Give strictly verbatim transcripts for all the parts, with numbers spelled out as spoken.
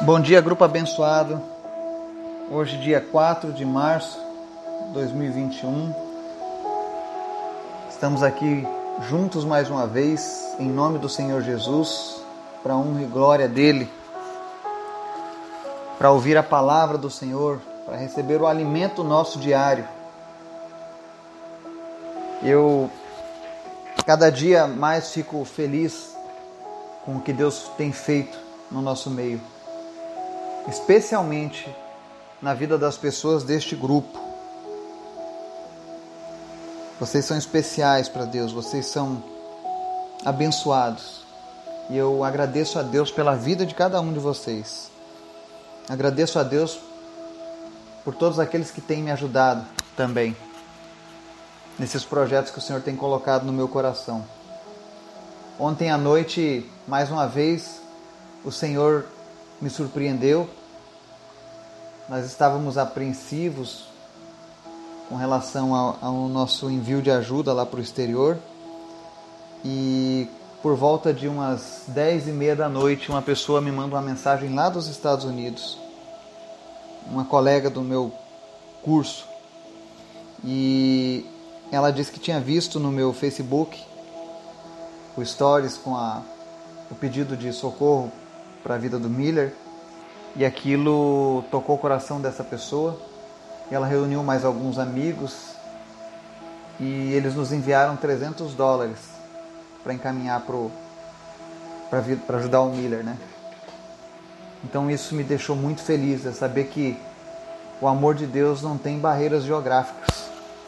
Bom dia, grupo abençoado. Hoje, dia quatro de março de dois mil e vinte e um. Estamos aqui juntos mais uma vez, em nome do Senhor Jesus, para a honra e glória dEle, para ouvir a palavra do Senhor, para receber o alimento nosso diário. Eu, cada dia mais, fico feliz com o que Deus tem feito no nosso meio, especialmente na vida das pessoas deste grupo. Vocês são especiais para Deus, vocês são abençoados. E eu agradeço a Deus pela vida de cada um de vocês. Agradeço a Deus por todos aqueles que têm me ajudado também nesses projetos que o Senhor tem colocado no meu coração. Ontem à noite, mais uma vez, o Senhor me surpreendeu. Nós estávamos apreensivos com relação ao, ao nosso envio de ajuda lá para o exterior. E por volta de umas dez e meia da noite, uma pessoa me manda uma mensagem lá dos Estados Unidos. Uma colega do meu curso. E ela disse que tinha visto no meu Facebook o Stories com a, o pedido de socorro para a vida do Miller, e aquilo tocou o coração dessa pessoa. Ela reuniu mais alguns amigos e eles nos enviaram trezentos dólares para encaminhar para ajudar o Miller, né? Então isso me deixou muito feliz, é saber que o amor de Deus não tem barreiras geográficas,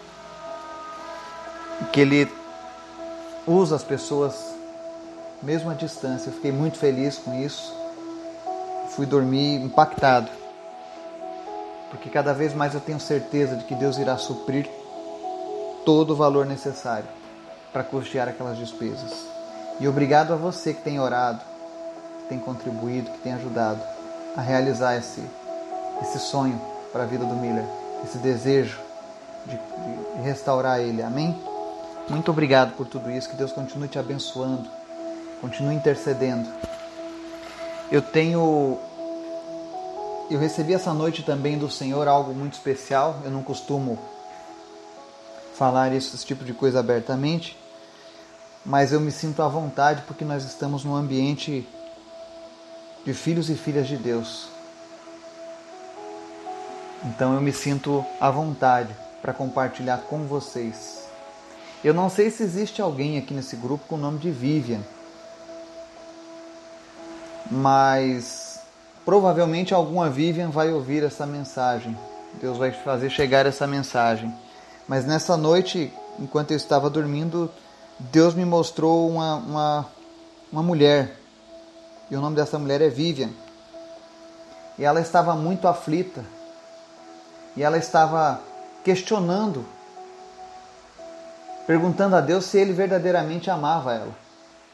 que Ele usa as pessoas mesmo à distância. Eu fiquei muito feliz com isso. Fui dormir impactado, porque cada vez mais eu tenho certeza de que Deus irá suprir todo o valor necessário para custear aquelas despesas. E obrigado a você que tem orado, que tem contribuído, que tem ajudado a realizar esse, esse sonho para a vida do Miller, esse desejo de, de restaurar ele. Amém? Muito obrigado por tudo isso. Que Deus continue te abençoando, continue intercedendo. Eu tenho, eu recebi essa noite também do Senhor algo muito especial. Eu não costumo falar isso, esse tipo de coisa abertamente, mas eu me sinto à vontade porque nós estamos num ambiente de filhos e filhas de Deus. Então eu me sinto à vontade para compartilhar com vocês. Eu não sei se existe alguém aqui nesse grupo com o nome de Vivian, mas provavelmente alguma Vivian vai ouvir essa mensagem. Deus vai fazer chegar essa mensagem. Mas nessa noite, enquanto eu estava dormindo, Deus me mostrou uma, uma, uma mulher. E o nome dessa mulher é Vivian. E ela estava muito aflita. E ela estava questionando, perguntando a Deus se Ele verdadeiramente amava ela.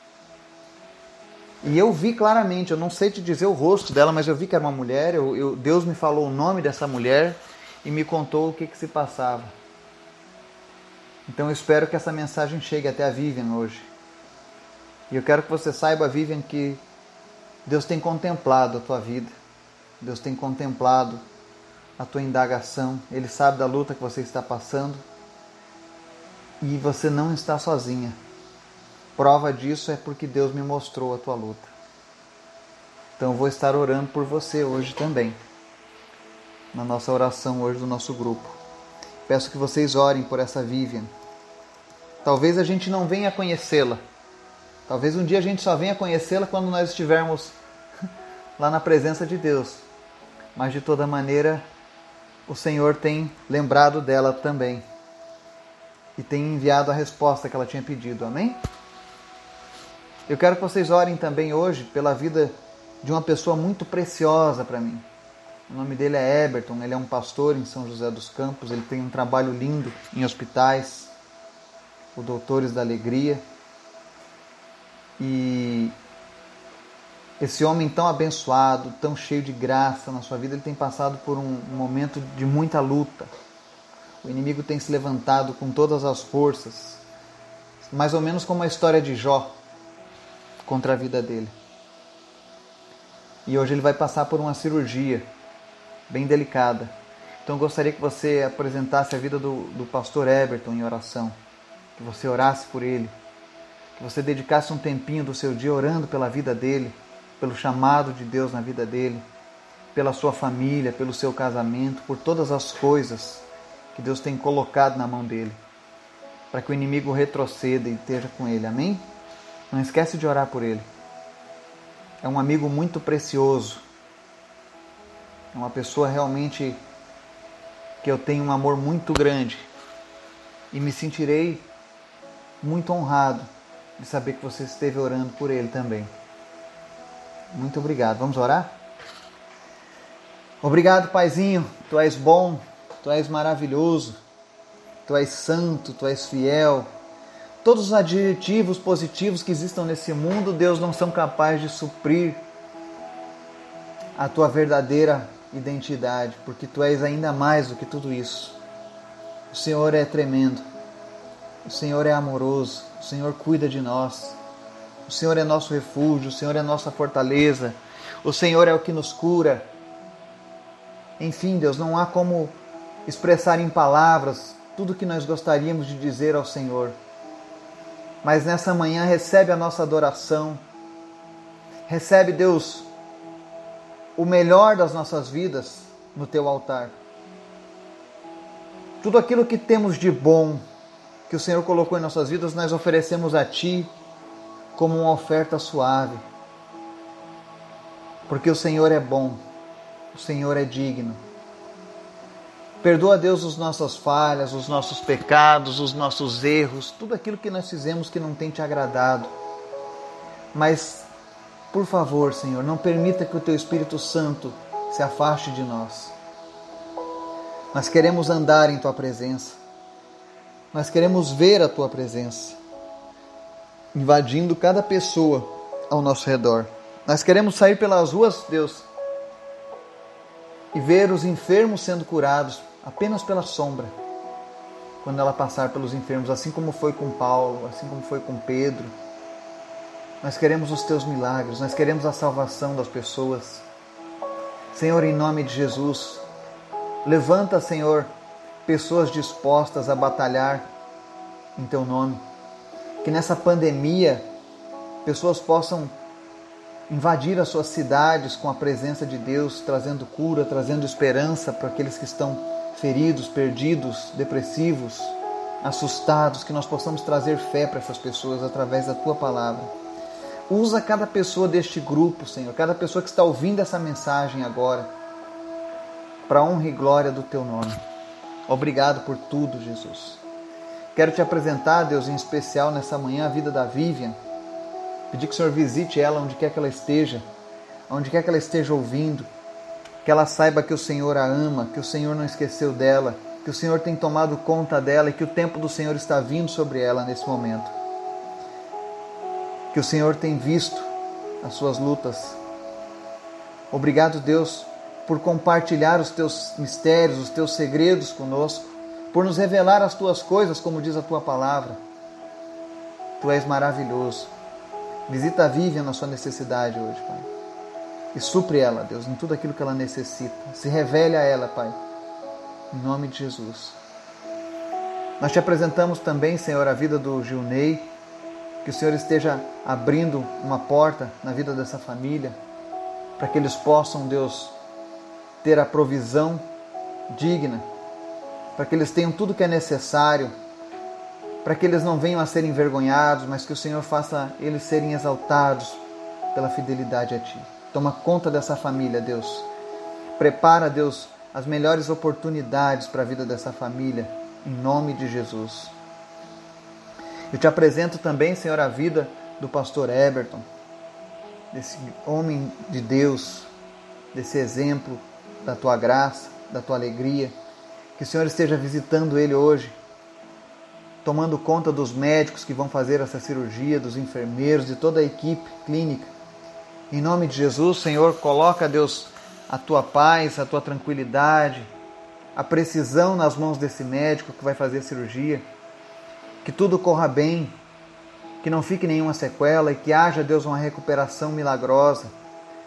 E eu vi claramente, eu não sei te dizer o rosto dela, mas eu vi que era uma mulher. Eu, eu, Deus me falou o nome dessa mulher e me contou o que, que se passava. Então eu espero que essa mensagem chegue até a Vivian hoje. E eu quero que você saiba, Vivian, que Deus tem contemplado a tua vida. Deus tem contemplado a tua indagação. Ele sabe da luta que você está passando. E você não está sozinha. Prova disso é porque Deus me mostrou a tua luta. Então eu vou estar orando por você hoje também, na nossa oração hoje do nosso grupo. Peço que vocês orem por essa Vivian. Talvez a gente não venha conhecê-la. Talvez um dia a gente só venha conhecê-la quando nós estivermos lá na presença de Deus. Mas de toda maneira, o Senhor tem lembrado dela também. E tem enviado a resposta que ela tinha pedido. Amém? Eu quero que vocês orem também hoje pela vida de uma pessoa muito preciosa para mim. O nome dele é Eberton, ele é um pastor em São José dos Campos, ele tem um trabalho lindo em hospitais, o Doutores da Alegria. E esse homem tão abençoado, tão cheio de graça na sua vida, ele tem passado por um momento de muita luta. O inimigo tem se levantado com todas as forças, mais ou menos como a história de Jó, contra a vida dele. E hoje ele vai passar por uma cirurgia bem delicada. Então eu gostaria que você apresentasse a vida do, do pastor Eberton em oração. Que você orasse por ele. Que você dedicasse um tempinho do seu dia orando pela vida dele, pelo chamado de Deus na vida dele, pela sua família, pelo seu casamento, por todas as coisas que Deus tem colocado na mão dele, para que o inimigo retroceda e esteja com ele. Amém? Não esquece de orar por ele. É um amigo muito precioso. É uma pessoa realmente que eu tenho um amor muito grande. E me sentirei muito honrado de saber que você esteve orando por ele também. Muito obrigado. Vamos orar? Obrigado, Paizinho. Tu és bom, Tu és maravilhoso, Tu és santo, Tu és fiel. Todos os adjetivos positivos que existam nesse mundo, Deus, não são capazes de suprir a Tua verdadeira identidade, porque Tu és ainda mais do que tudo isso. O Senhor é tremendo, o Senhor é amoroso, o Senhor cuida de nós, o Senhor é nosso refúgio, o Senhor é nossa fortaleza, o Senhor é o que nos cura. Enfim, Deus, não há como expressar em palavras tudo o que nós gostaríamos de dizer ao Senhor. Mas nessa manhã recebe a nossa adoração, recebe, Deus, o melhor das nossas vidas no Teu altar. Tudo aquilo que temos de bom, que o Senhor colocou em nossas vidas, nós oferecemos a Ti como uma oferta suave. Porque o Senhor é bom, o Senhor é digno. Perdoa, Deus, as nossas falhas, os nossos pecados, os nossos erros, tudo aquilo que nós fizemos que não tem Te agradado. Mas, por favor, Senhor, não permita que o Teu Espírito Santo se afaste de nós. Nós queremos andar em Tua presença. Nós queremos ver a Tua presença, invadindo cada pessoa ao nosso redor. Nós queremos sair pelas ruas, Deus, e ver os enfermos sendo curados apenas pela sombra, quando ela passar pelos enfermos, assim como foi com Paulo, assim como foi com Pedro. Nós queremos os Teus milagres, nós queremos a salvação das pessoas. Senhor, em nome de Jesus, levanta, Senhor, pessoas dispostas a batalhar em Teu nome. Que nessa pandemia, pessoas possam invadir as suas cidades com a presença de Deus, trazendo cura, trazendo esperança para aqueles que estão feridos, perdidos, depressivos, assustados, que nós possamos trazer fé para essas pessoas através da Tua palavra. Usa cada pessoa deste grupo, Senhor, cada pessoa que está ouvindo essa mensagem agora, para a honra e glória do Teu nome. Obrigado por tudo, Jesus. Quero Te apresentar, Deus, em especial nessa manhã, a vida da Vivian. Pedir que o Senhor visite ela onde quer que ela esteja, onde quer que ela esteja ouvindo, que ela saiba que o Senhor a ama, que o Senhor não esqueceu dela, que o Senhor tem tomado conta dela e que o tempo do Senhor está vindo sobre ela nesse momento. Que o Senhor tem visto as suas lutas. Obrigado, Deus, por compartilhar os Teus mistérios, os Teus segredos conosco, por nos revelar as Tuas coisas, como diz a Tua palavra. Tu és maravilhoso. Visita a Vivian na sua necessidade hoje, Pai. E supre ela, Deus, em tudo aquilo que ela necessita. Se revele a ela, Pai. Em nome de Jesus. Nós Te apresentamos também, Senhor, a vida do Gilney. Que o Senhor esteja abrindo uma porta na vida dessa família, para que eles possam, Deus, ter a provisão digna, para que eles tenham tudo que é necessário, para que eles não venham a ser envergonhados, mas que o Senhor faça eles serem exaltados pela fidelidade a Ti. Toma conta dessa família, Deus. Prepara, Deus, as melhores oportunidades para a vida dessa família, em nome de Jesus. Eu Te apresento também, Senhor, a vida do pastor Eberton, desse homem de Deus, desse exemplo da Tua graça, da Tua alegria. Que o Senhor esteja visitando ele hoje, tomando conta dos médicos que vão fazer essa cirurgia, dos enfermeiros, de toda a equipe clínica. Em nome de Jesus, Senhor, coloca, Deus, a Tua paz, a Tua tranquilidade, a precisão nas mãos desse médico que vai fazer a cirurgia. Que tudo corra bem, que não fique nenhuma sequela e que haja, Deus, uma recuperação milagrosa.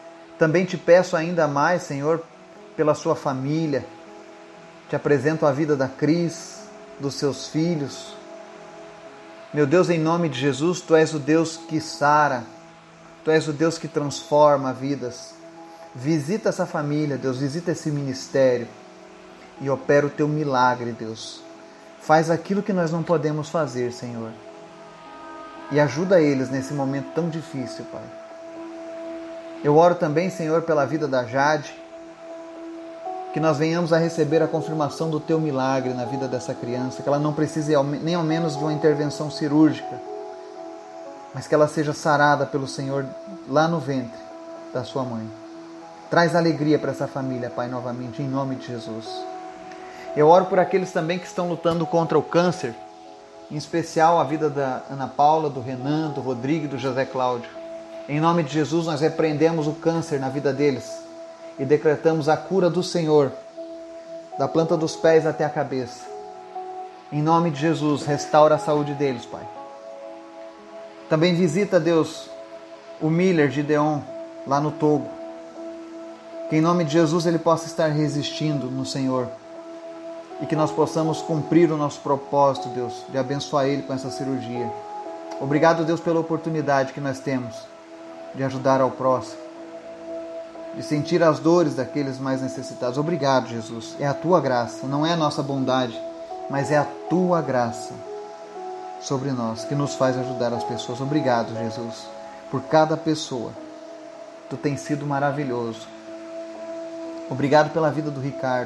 Também te peço ainda mais, Senhor, pela sua família. Te apresento a vida da Cris, dos seus filhos. Meu Deus, em nome de Jesus, Tu és o Deus que sara. Tu és o Deus que transforma vidas. Visita essa família, Deus, visita esse ministério e opera o Teu milagre, Deus. Faz aquilo que nós não podemos fazer, Senhor. E ajuda eles nesse momento tão difícil, Pai. Eu oro também, Senhor, pela vida da Jade, que nós venhamos a receber a confirmação do Teu milagre na vida dessa criança, que ela não precise nem ao menos de uma intervenção cirúrgica, mas que ela seja sarada pelo Senhor lá no ventre da sua mãe. Traz alegria para essa família, Pai, novamente, em nome de Jesus. Eu oro por aqueles também que estão lutando contra o câncer, em especial a vida da Ana Paula, do Renan, do Rodrigo e do José Cláudio. Em nome de Jesus, nós repreendemos o câncer na vida deles e decretamos a cura do Senhor, da planta dos pés até a cabeça. Em nome de Jesus, restaura a saúde deles, Pai. Também visita, Deus, o Miller Gideon, lá no Togo. Que em nome de Jesus ele possa estar resistindo no Senhor. E que nós possamos cumprir o nosso propósito, Deus, de abençoar ele com essa cirurgia. Obrigado, Deus, pela oportunidade que nós temos de ajudar ao próximo, de sentir as dores daqueles mais necessitados. Obrigado, Jesus. É a Tua graça, não é a nossa bondade, mas é a Tua graça sobre nós que nos faz ajudar as pessoas. Obrigado, Jesus, por cada pessoa. Tu tens sido maravilhoso. Obrigado pela vida do Ricardo.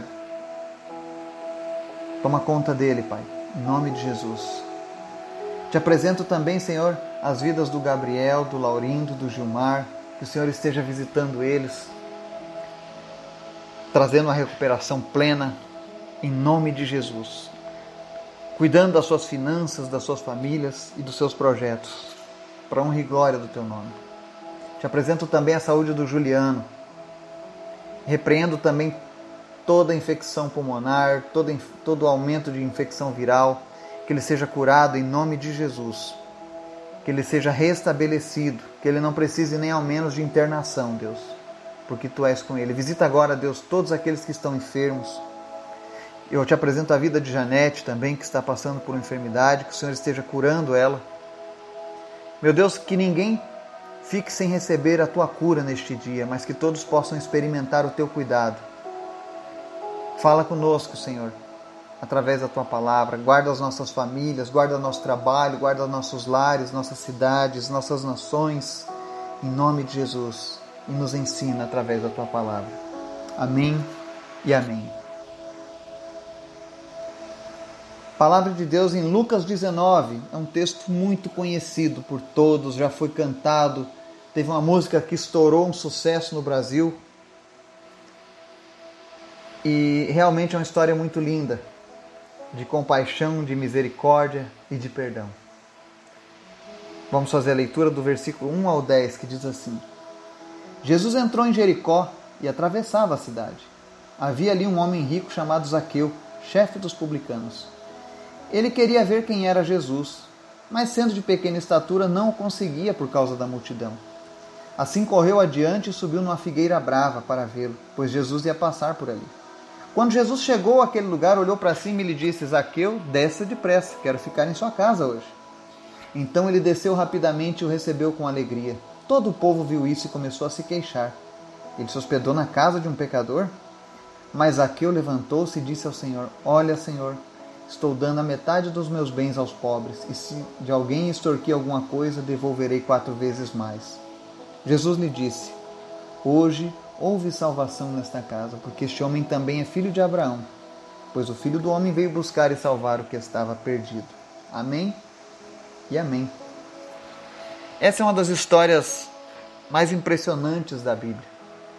Toma conta dele, Pai, em nome de Jesus. Te apresento também, Senhor, as vidas do Gabriel, do Laurindo, do Gilmar. Que o Senhor esteja visitando eles, trazendo a recuperação plena, em nome de Jesus. Cuidando das suas finanças, das suas famílias e dos seus projetos, para a honra e glória do Teu nome. Te apresento também a saúde do Juliano. Repreendo também toda infecção pulmonar, todo, todo aumento de infecção viral, que ele seja curado em nome de Jesus. Que ele seja restabelecido, que ele não precise nem ao menos de internação, Deus, porque Tu és com ele. Visita agora, Deus, todos aqueles que estão enfermos. Eu te apresento a vida de Janete também, que está passando por uma enfermidade, que o Senhor esteja curando ela. Meu Deus, que ninguém fique sem receber a Tua cura neste dia, mas que todos possam experimentar o Teu cuidado. Fala conosco, Senhor, através da Tua palavra. Guarda as nossas famílias, guarda nosso trabalho, guarda nossos lares, nossas cidades, nossas nações, em nome de Jesus, e nos ensina através da Tua palavra. Amém e amém. Palavra de Deus em Lucas dezenove, é um texto muito conhecido por todos, já foi cantado, teve uma música que estourou um sucesso no Brasil, e realmente é uma história muito linda, de compaixão, de misericórdia e de perdão. Vamos fazer a leitura do versículo um ao dez, que diz assim: Jesus entrou em Jericó e atravessava a cidade. Havia ali um homem rico chamado Zaqueu, chefe dos publicanos. Ele queria ver quem era Jesus, mas sendo de pequena estatura não o conseguia por causa da multidão. Assim correu adiante e subiu numa figueira brava para vê-lo, pois Jesus ia passar por ali. Quando Jesus chegou àquele lugar, olhou para cima e lhe disse: Zaqueu, desça depressa, quero ficar em sua casa hoje. Então ele desceu rapidamente e o recebeu com alegria. Todo o povo viu isso e começou a se queixar. Ele se hospedou na casa de um pecador? Mas Zaqueu levantou-se e disse ao Senhor: Olha, Senhor, estou dando a metade dos meus bens aos pobres, e se de alguém extorquir alguma coisa, devolverei quatro vezes mais. Jesus lhe disse: Hoje houve salvação nesta casa, porque este homem também é filho de Abraão, pois o Filho do Homem veio buscar e salvar o que estava perdido. Amém e amém. Essa é uma das histórias mais impressionantes da Bíblia.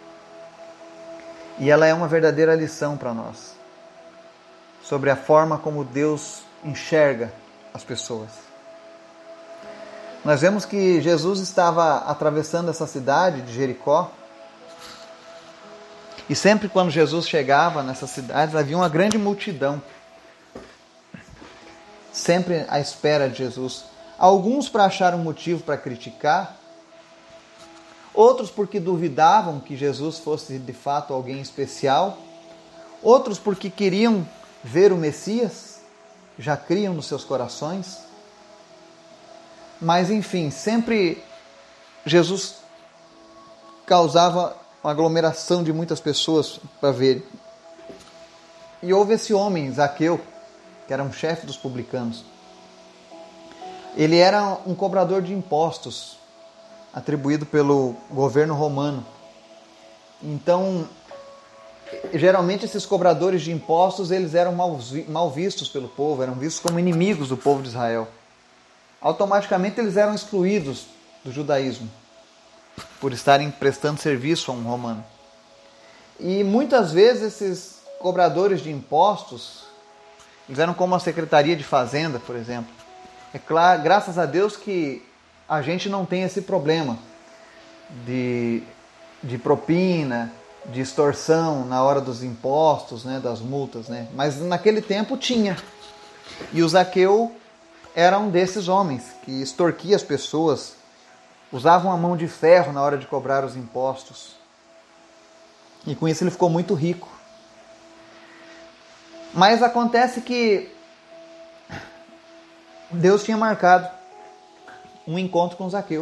E ela é uma verdadeira lição para nós, sobre a forma como Deus enxerga as pessoas. Nós vemos que Jesus estava atravessando essa cidade de Jericó, e sempre quando Jesus chegava nessas cidades, havia uma grande multidão, sempre à espera de Jesus. Alguns para achar um motivo para criticar, outros porque duvidavam que Jesus fosse de fato alguém especial, outros porque queriam ver o Messias, já criam nos seus corações. Mas enfim, sempre Jesus causava uma aglomeração de muitas pessoas para ver. E houve esse homem, Zaqueu, que era um chefe dos publicanos. Ele era um cobrador de impostos, atribuído pelo governo romano. Então, geralmente esses cobradores de impostos, eles eram mal, mal vistos pelo povo, eram vistos como inimigos do povo de Israel. Automaticamente eles eram excluídos do judaísmo, por estarem prestando serviço a um romano. E muitas vezes esses cobradores de impostos, eles eram como a Secretaria de Fazenda, por exemplo. É claro, graças a Deus que a gente não tem esse problema de, de propina, de extorsão na hora dos impostos, né, das multas, né? Mas naquele tempo tinha. E o Zaqueu era um desses homens que extorquia as pessoas, usavam a mão de ferro na hora de cobrar os impostos. E com isso ele ficou muito rico. Mas acontece que Deus tinha marcado um encontro com Zaqueu.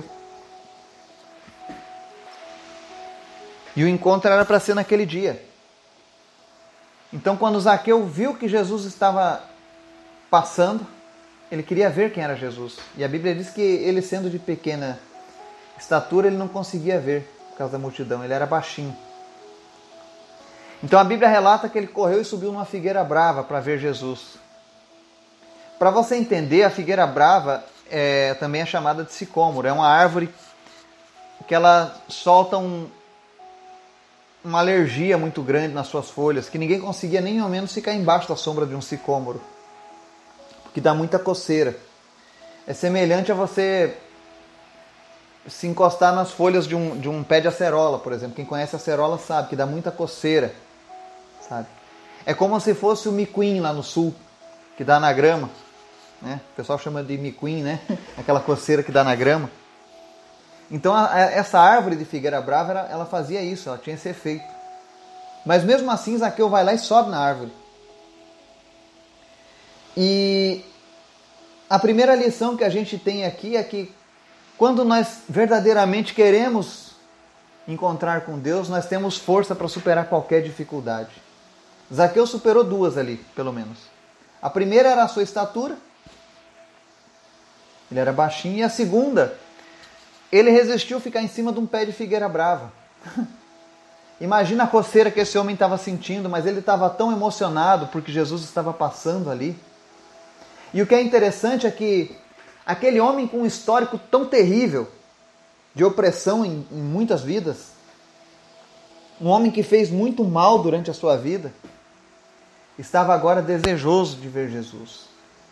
E o encontro era para ser naquele dia. Então, quando Zaqueu viu que Jesus estava passando, ele queria ver quem era Jesus. E a Bíblia diz que ele, sendo de pequena estatura, ele não conseguia ver por causa da multidão. Ele era baixinho. Então a Bíblia relata que ele correu e subiu numa figueira brava para ver Jesus. Para você entender, a figueira brava é, também é chamada de sicômoro. É uma árvore que ela solta um, uma alergia muito grande nas suas folhas, que ninguém conseguia nem ao menos ficar embaixo da sombra de um sicômoro, porque dá muita coceira. É semelhante a você se encostar nas folhas de um, de um pé de acerola, por exemplo. Quem conhece a acerola sabe que dá muita coceira, sabe? É como se fosse o miquim lá no sul, que dá na grama, né? O pessoal chama de miquim, né? Aquela coceira que dá na grama. Então a, a, essa árvore de figueira brava, ela, ela fazia isso, ela tinha esse efeito. Mas mesmo assim, Zaqueu vai lá e sobe na árvore. E a primeira lição que a gente tem aqui é que quando nós verdadeiramente queremos encontrar com Deus, nós temos força para superar qualquer dificuldade. Zaqueu superou duas ali, pelo menos. A primeira era a sua estatura. Ele era baixinho. E a segunda, ele resistiu ficar em cima de um pé de figueira brava. Imagina a coceira que esse homem estava sentindo, mas ele estava tão emocionado porque Jesus estava passando ali. E o que é interessante é que aquele homem com um histórico tão terrível de opressão em, em muitas vidas, um homem que fez muito mal durante a sua vida, estava agora desejoso de ver Jesus.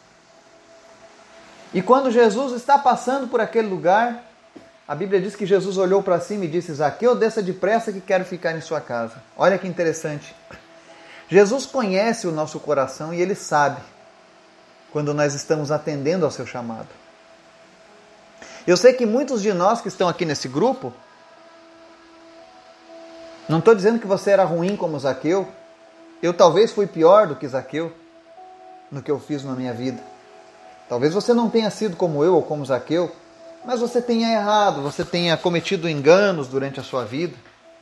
E quando Jesus está passando por aquele lugar, a Bíblia diz que Jesus olhou para cima e disse: Zaqueu, desça depressa que quero ficar em sua casa. Olha que interessante. Jesus conhece o nosso coração e Ele sabe quando nós estamos atendendo ao seu chamado. Eu sei que muitos de nós que estão aqui nesse grupo, não estou dizendo que você era ruim como Zaqueu, eu talvez fui pior do que Zaqueu no que eu fiz na minha vida. Talvez você não tenha sido como eu ou como Zaqueu, mas você tenha errado, você tenha cometido enganos durante a sua vida.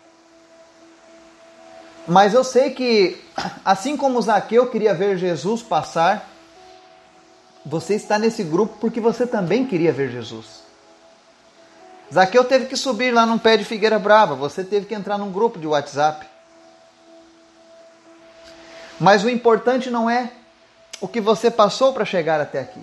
Mas eu sei que, assim como Zaqueu queria ver Jesus passar, você está nesse grupo porque você também queria ver Jesus. Zaqueu teve que subir lá num pé de figueira brava, você teve que entrar num grupo de WhatsApp. Mas o importante não é o que você passou para chegar até aqui.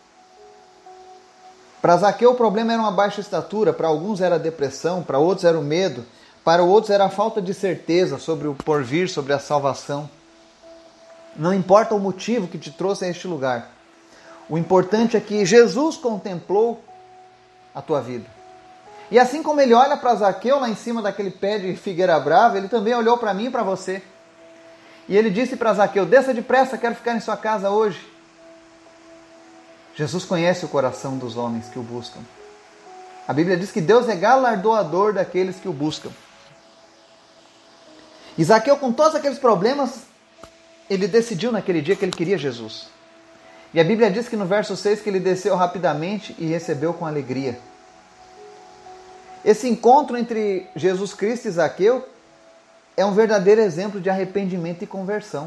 Para Zaqueu o problema era uma baixa estatura, para alguns era a depressão, para outros era o medo, para outros era a falta de certeza sobre o porvir, sobre a salvação. Não importa o motivo que te trouxe a este lugar. O importante é que Jesus contemplou a tua vida. E assim como ele olha para Zaqueu lá em cima daquele pé de figueira brava, ele também olhou para mim e para você. E ele disse para Zaqueu: desça depressa, quero ficar em sua casa hoje. Jesus conhece o coração dos homens que o buscam. A Bíblia diz que Deus é galardoador daqueles que o buscam. E Zaqueu, com todos aqueles problemas, ele decidiu naquele dia que ele queria Jesus. E a Bíblia diz que no verso seis que ele desceu rapidamente e recebeu com alegria. Esse encontro entre Jesus Cristo e Zaqueu é um verdadeiro exemplo de arrependimento e conversão.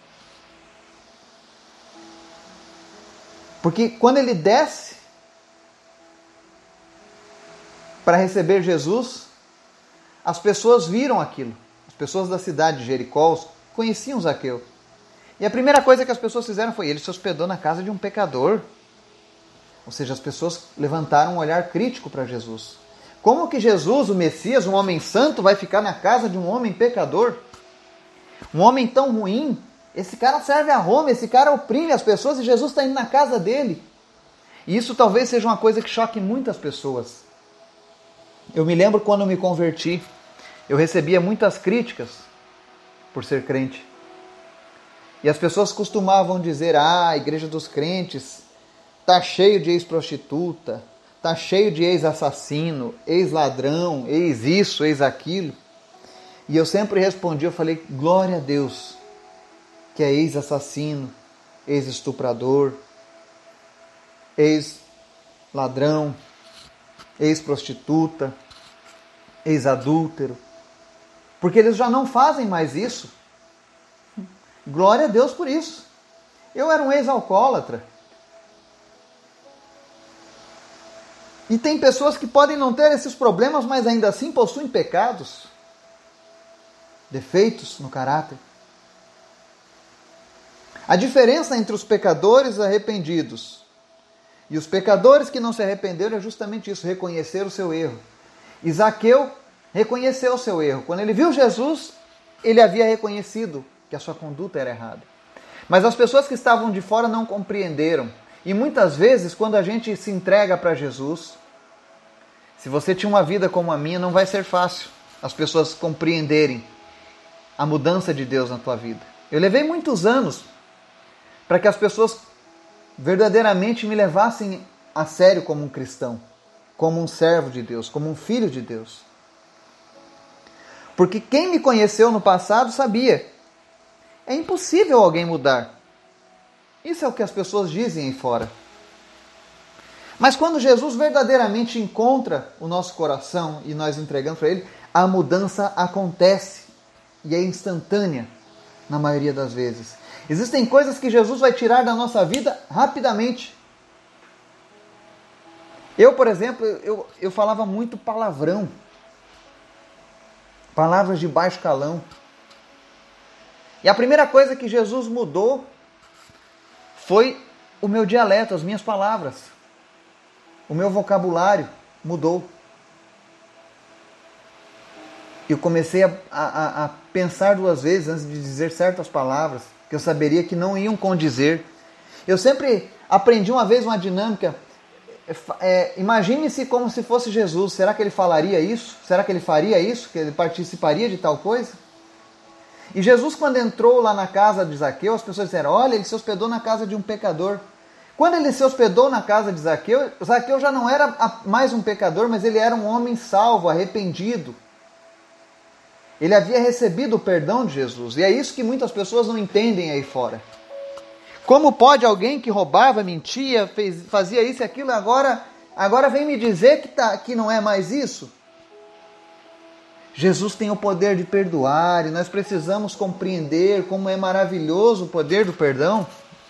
Porque quando ele desce para receber Jesus, as pessoas viram aquilo. As pessoas da cidade de Jericó conheciam Zaqueu. E a primeira coisa que as pessoas fizeram foi: ele se hospedou na casa de um pecador. Ou seja, as pessoas levantaram um olhar crítico para Jesus. Como que Jesus, o Messias, um homem santo, vai ficar na casa de um homem pecador? Um homem tão ruim? Esse cara serve a Roma, esse cara oprime as pessoas e Jesus está indo na casa dele. E isso talvez seja uma coisa que choque muitas pessoas. Eu me lembro quando eu me converti, eu recebia muitas críticas por ser crente. E as pessoas costumavam dizer: ah, a igreja dos crentes está cheio de ex-prostituta, está cheio de ex-assassino, ex-ladrão, ex-isso, ex-aquilo. E eu sempre respondi, eu falei: glória a Deus, que é ex-assassino, ex-estuprador, ex-ladrão, ex-prostituta, ex-adúltero. Porque eles já não fazem mais isso. Glória a Deus por isso. Eu era um ex-alcoólatra. E tem pessoas que podem não ter esses problemas, mas ainda assim possuem pecados, defeitos no caráter. A diferença entre os pecadores arrependidos e os pecadores que não se arrependeram é justamente isso: reconhecer o seu erro. E Zaqueu reconheceu o seu erro. Quando ele viu Jesus, ele havia reconhecido que a sua conduta era errada. Mas as pessoas que estavam de fora não compreenderam. E muitas vezes, quando a gente se entrega para Jesus, se você tinha uma vida como a minha, não vai ser fácil as pessoas compreenderem a mudança de Deus na tua vida. Eu levei muitos anos para que as pessoas verdadeiramente me levassem a sério como um cristão, como um servo de Deus, como um filho de Deus. Porque quem me conheceu no passado sabia: é impossível alguém mudar. Isso é o que as pessoas dizem aí fora. Mas quando Jesus verdadeiramente encontra o nosso coração e nós entregamos para Ele, a mudança acontece. E é instantânea, na maioria das vezes. Existem coisas que Jesus vai tirar da nossa vida rapidamente. Eu, por exemplo, eu, eu falava muito palavrão. Palavras de baixo calão. E a primeira coisa que Jesus mudou foi o meu dialeto, as minhas palavras. O meu vocabulário mudou. Eu comecei a, a, a pensar duas vezes antes de dizer certas palavras, que eu saberia que não iam condizer. Eu sempre aprendi uma vez uma dinâmica. É, imagine-se como se fosse Jesus. Será que ele falaria isso? Será que ele faria isso? Que ele participaria de tal coisa? E Jesus, quando entrou lá na casa de Zaqueu, as pessoas disseram: olha, ele se hospedou na casa de um pecador. Quando ele se hospedou na casa de Zaqueu, Zaqueu já não era mais um pecador, mas ele era um homem salvo, arrependido. Ele havia recebido o perdão de Jesus. E é isso que muitas pessoas não entendem aí fora. Como pode alguém que roubava, mentia, fez, fazia isso e aquilo, agora, agora vem me dizer que, tá, que não é mais isso? Jesus tem o poder de perdoar e nós precisamos compreender como é maravilhoso o poder do perdão.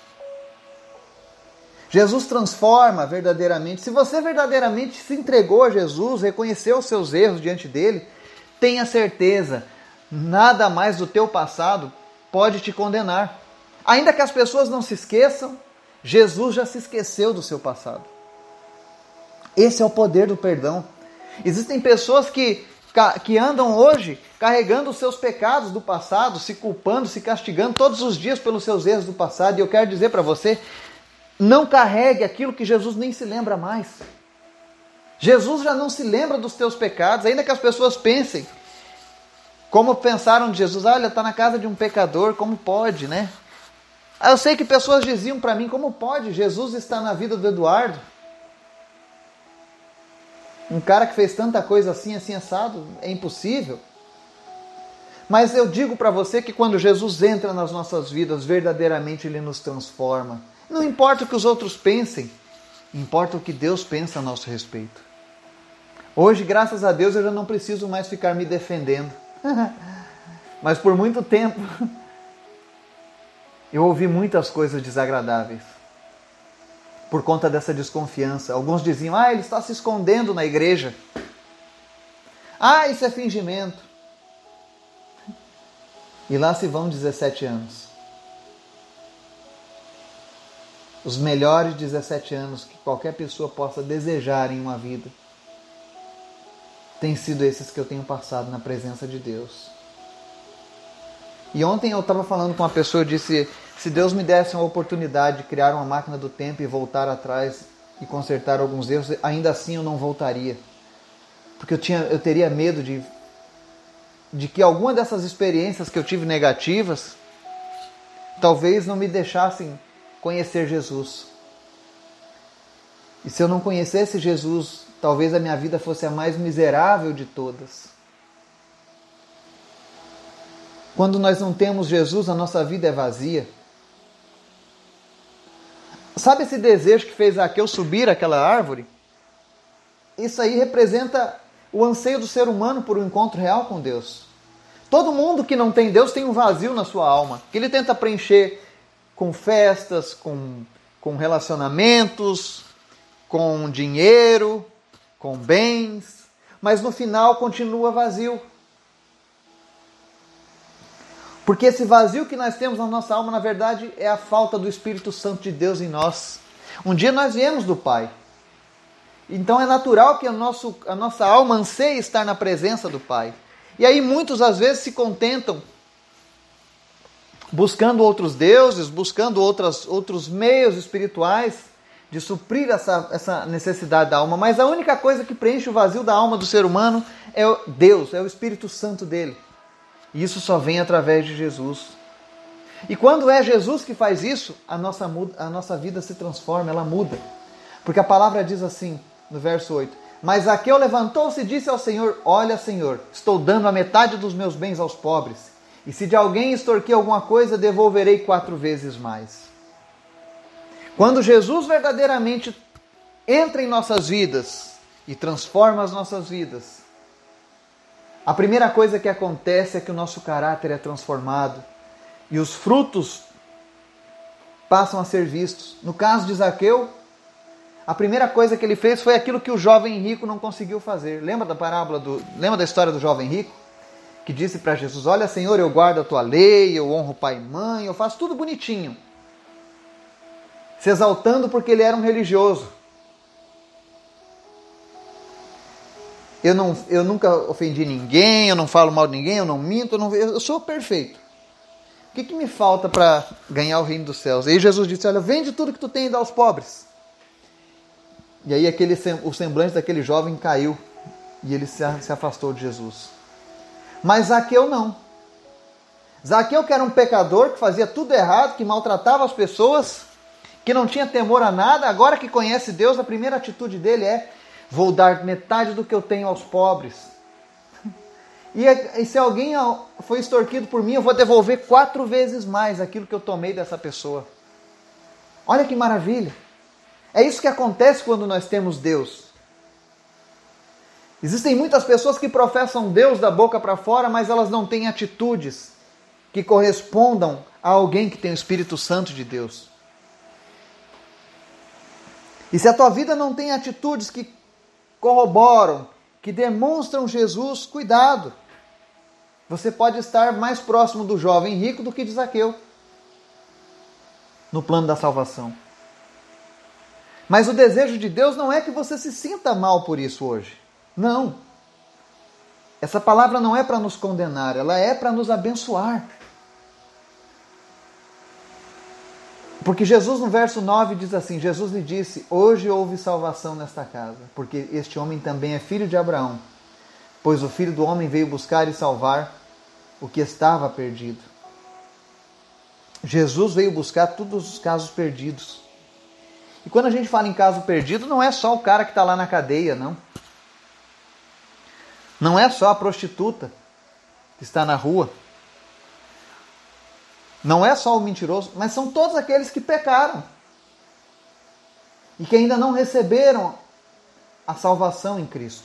Jesus transforma verdadeiramente. Se você verdadeiramente se entregou a Jesus, reconheceu os seus erros diante dele, tenha certeza, nada mais do teu passado pode te condenar. Ainda que as pessoas não se esqueçam, Jesus já se esqueceu do seu passado. Esse é o poder do perdão. Existem pessoas que, que andam hoje carregando os seus pecados do passado, se culpando, se castigando todos os dias pelos seus erros do passado. E eu quero dizer para você, não carregue aquilo que Jesus nem se lembra mais. Jesus já não se lembra dos teus pecados, ainda que as pessoas pensem, como pensaram de Jesus: olha, está na casa de um pecador, como pode, né? Eu sei que pessoas diziam para mim: como pode? Jesus está na vida do Eduardo. Um cara que fez tanta coisa assim, assim, assado, é impossível. Mas eu digo para você que quando Jesus entra nas nossas vidas, verdadeiramente Ele nos transforma. Não importa o que os outros pensem, importa o que Deus pensa a nosso respeito. Hoje, graças a Deus, eu já não preciso mais ficar me defendendo. Mas por muito tempo, eu ouvi muitas coisas desagradáveis. Por conta dessa desconfiança. Alguns diziam, ah, ele está se escondendo na igreja. Ah, isso é fingimento. E lá se vão dezessete anos. Os melhores dezessete anos que qualquer pessoa possa desejar em uma vida. Tem sido esses que eu tenho passado na presença de Deus. E ontem eu estava falando com uma pessoa, eu disse, se Deus me desse uma oportunidade de criar uma máquina do tempo e voltar atrás e consertar alguns erros, ainda assim eu não voltaria. Porque eu, tinha, eu teria medo de, de que alguma dessas experiências que eu tive negativas, talvez não me deixassem conhecer Jesus. E se eu não conhecesse Jesus, talvez a minha vida fosse a mais miserável de todas. Quando nós não temos Jesus, a nossa vida é vazia. Sabe esse desejo que fez Zaqueu subir aquela árvore? Isso aí representa o anseio do ser humano por um encontro real com Deus. Todo mundo que não tem Deus tem um vazio na sua alma, que ele tenta preencher com festas, com, com relacionamentos, com dinheiro, com bens, mas no final continua vazio. Porque esse vazio que nós temos na nossa alma, na verdade, é a falta do Espírito Santo de Deus em nós. Um dia nós viemos do Pai. Então é natural que a, nosso, a nossa alma anseie estar na presença do Pai. E aí muitos às vezes se contentam buscando outros deuses, buscando outras, outros meios espirituais de suprir essa, essa necessidade da alma. Mas a única coisa que preenche o vazio da alma do ser humano é Deus, é o Espírito Santo dele. E isso só vem através de Jesus. E quando é Jesus que faz isso, a nossa, a nossa vida se transforma, ela muda. Porque a palavra diz assim, no verso oito, mas Zaqueu levantou-se e disse ao Senhor, olha, Senhor, estou dando a metade dos meus bens aos pobres, e se de alguém extorquir alguma coisa, devolverei quatro vezes mais. Quando Jesus verdadeiramente entra em nossas vidas e transforma as nossas vidas, a primeira coisa que acontece é que o nosso caráter é transformado e os frutos passam a ser vistos. No caso de Zaqueu, a primeira coisa que ele fez foi aquilo que o jovem rico não conseguiu fazer. Lembra da parábola do, lembra da história do jovem rico? Que disse para Jesus, olha, Senhor, eu guardo a tua lei, eu honro pai e mãe, eu faço tudo bonitinho. Se exaltando porque ele era um religioso. Eu, não, eu nunca ofendi ninguém, eu não falo mal de ninguém, eu não minto, eu, não, eu sou perfeito. O que, que me falta para ganhar o reino dos céus? E aí Jesus disse, olha, vende tudo que tu tem e dá aos pobres. E aí aquele, o semblante daquele jovem caiu e ele se, se afastou de Jesus. Mas Zaqueu não. Zaqueu, que era um pecador, que fazia tudo errado, que maltratava as pessoas, que não tinha temor a nada, agora que conhece Deus, a primeira atitude dele é, vou dar metade do que eu tenho aos pobres. E, e se alguém foi extorquido por mim, eu vou devolver quatro vezes mais aquilo que eu tomei dessa pessoa. Olha que maravilha. É isso que acontece quando nós temos Deus. Existem muitas pessoas que professam Deus da boca para fora, mas elas não têm atitudes que correspondam a alguém que tem o Espírito Santo de Deus. E se a tua vida não tem atitudes que corroboram, que demonstram Jesus, cuidado. Você pode estar mais próximo do jovem rico do que de Zaqueu no plano da salvação. Mas o desejo de Deus não é que você se sinta mal por isso hoje. Não. Essa palavra não é para nos condenar, ela é para nos abençoar. Porque Jesus no verso nove diz assim, Jesus lhe disse, hoje houve salvação nesta casa, porque este homem também é filho de Abraão, pois o Filho do Homem veio buscar e salvar o que estava perdido. Jesus veio buscar todos os casos perdidos. E quando a gente fala em caso perdido, não é só o cara que está lá na cadeia, não. Não é só a prostituta que está na rua. Não é só o mentiroso, mas são todos aqueles que pecaram e que ainda não receberam a salvação em Cristo.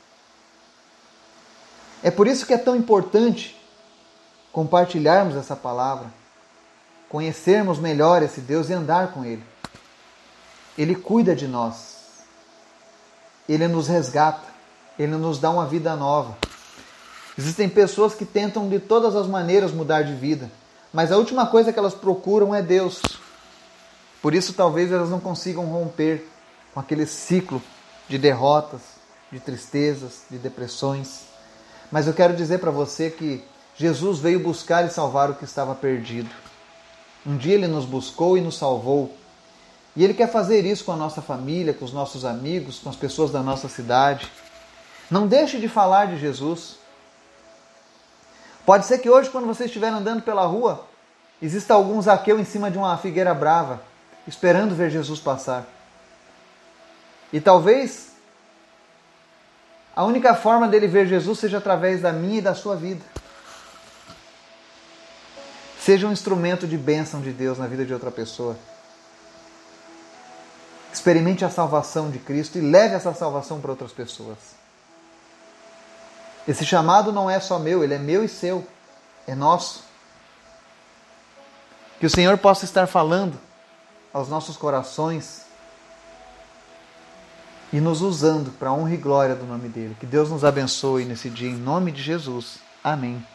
É por isso que é tão importante compartilharmos essa palavra, conhecermos melhor esse Deus e andar com Ele. Ele cuida de nós. Ele nos resgata. Ele nos dá uma vida nova. Existem pessoas que tentam de todas as maneiras mudar de vida, mas a última coisa que elas procuram é Deus. Por isso talvez elas não consigam romper com aquele ciclo de derrotas, de tristezas, de depressões. Mas eu quero dizer para você que Jesus veio buscar e salvar o que estava perdido. Um dia Ele nos buscou e nos salvou. E Ele quer fazer isso com a nossa família, com os nossos amigos, com as pessoas da nossa cidade. Não deixe de falar de Jesus. Pode ser que hoje, quando você estiver andando pela rua, exista algum Zaqueu em cima de uma figueira brava, esperando ver Jesus passar. E talvez a única forma dele ver Jesus seja através da minha e da sua vida. Seja um instrumento de bênção de Deus na vida de outra pessoa. Experimente a salvação de Cristo e leve essa salvação para outras pessoas. Esse chamado não é só meu, ele é meu e seu. É nosso. Que o Senhor possa estar falando aos nossos corações e nos usando para a honra e glória do nome dele. Que Deus nos abençoe nesse dia, em nome de Jesus. Amém.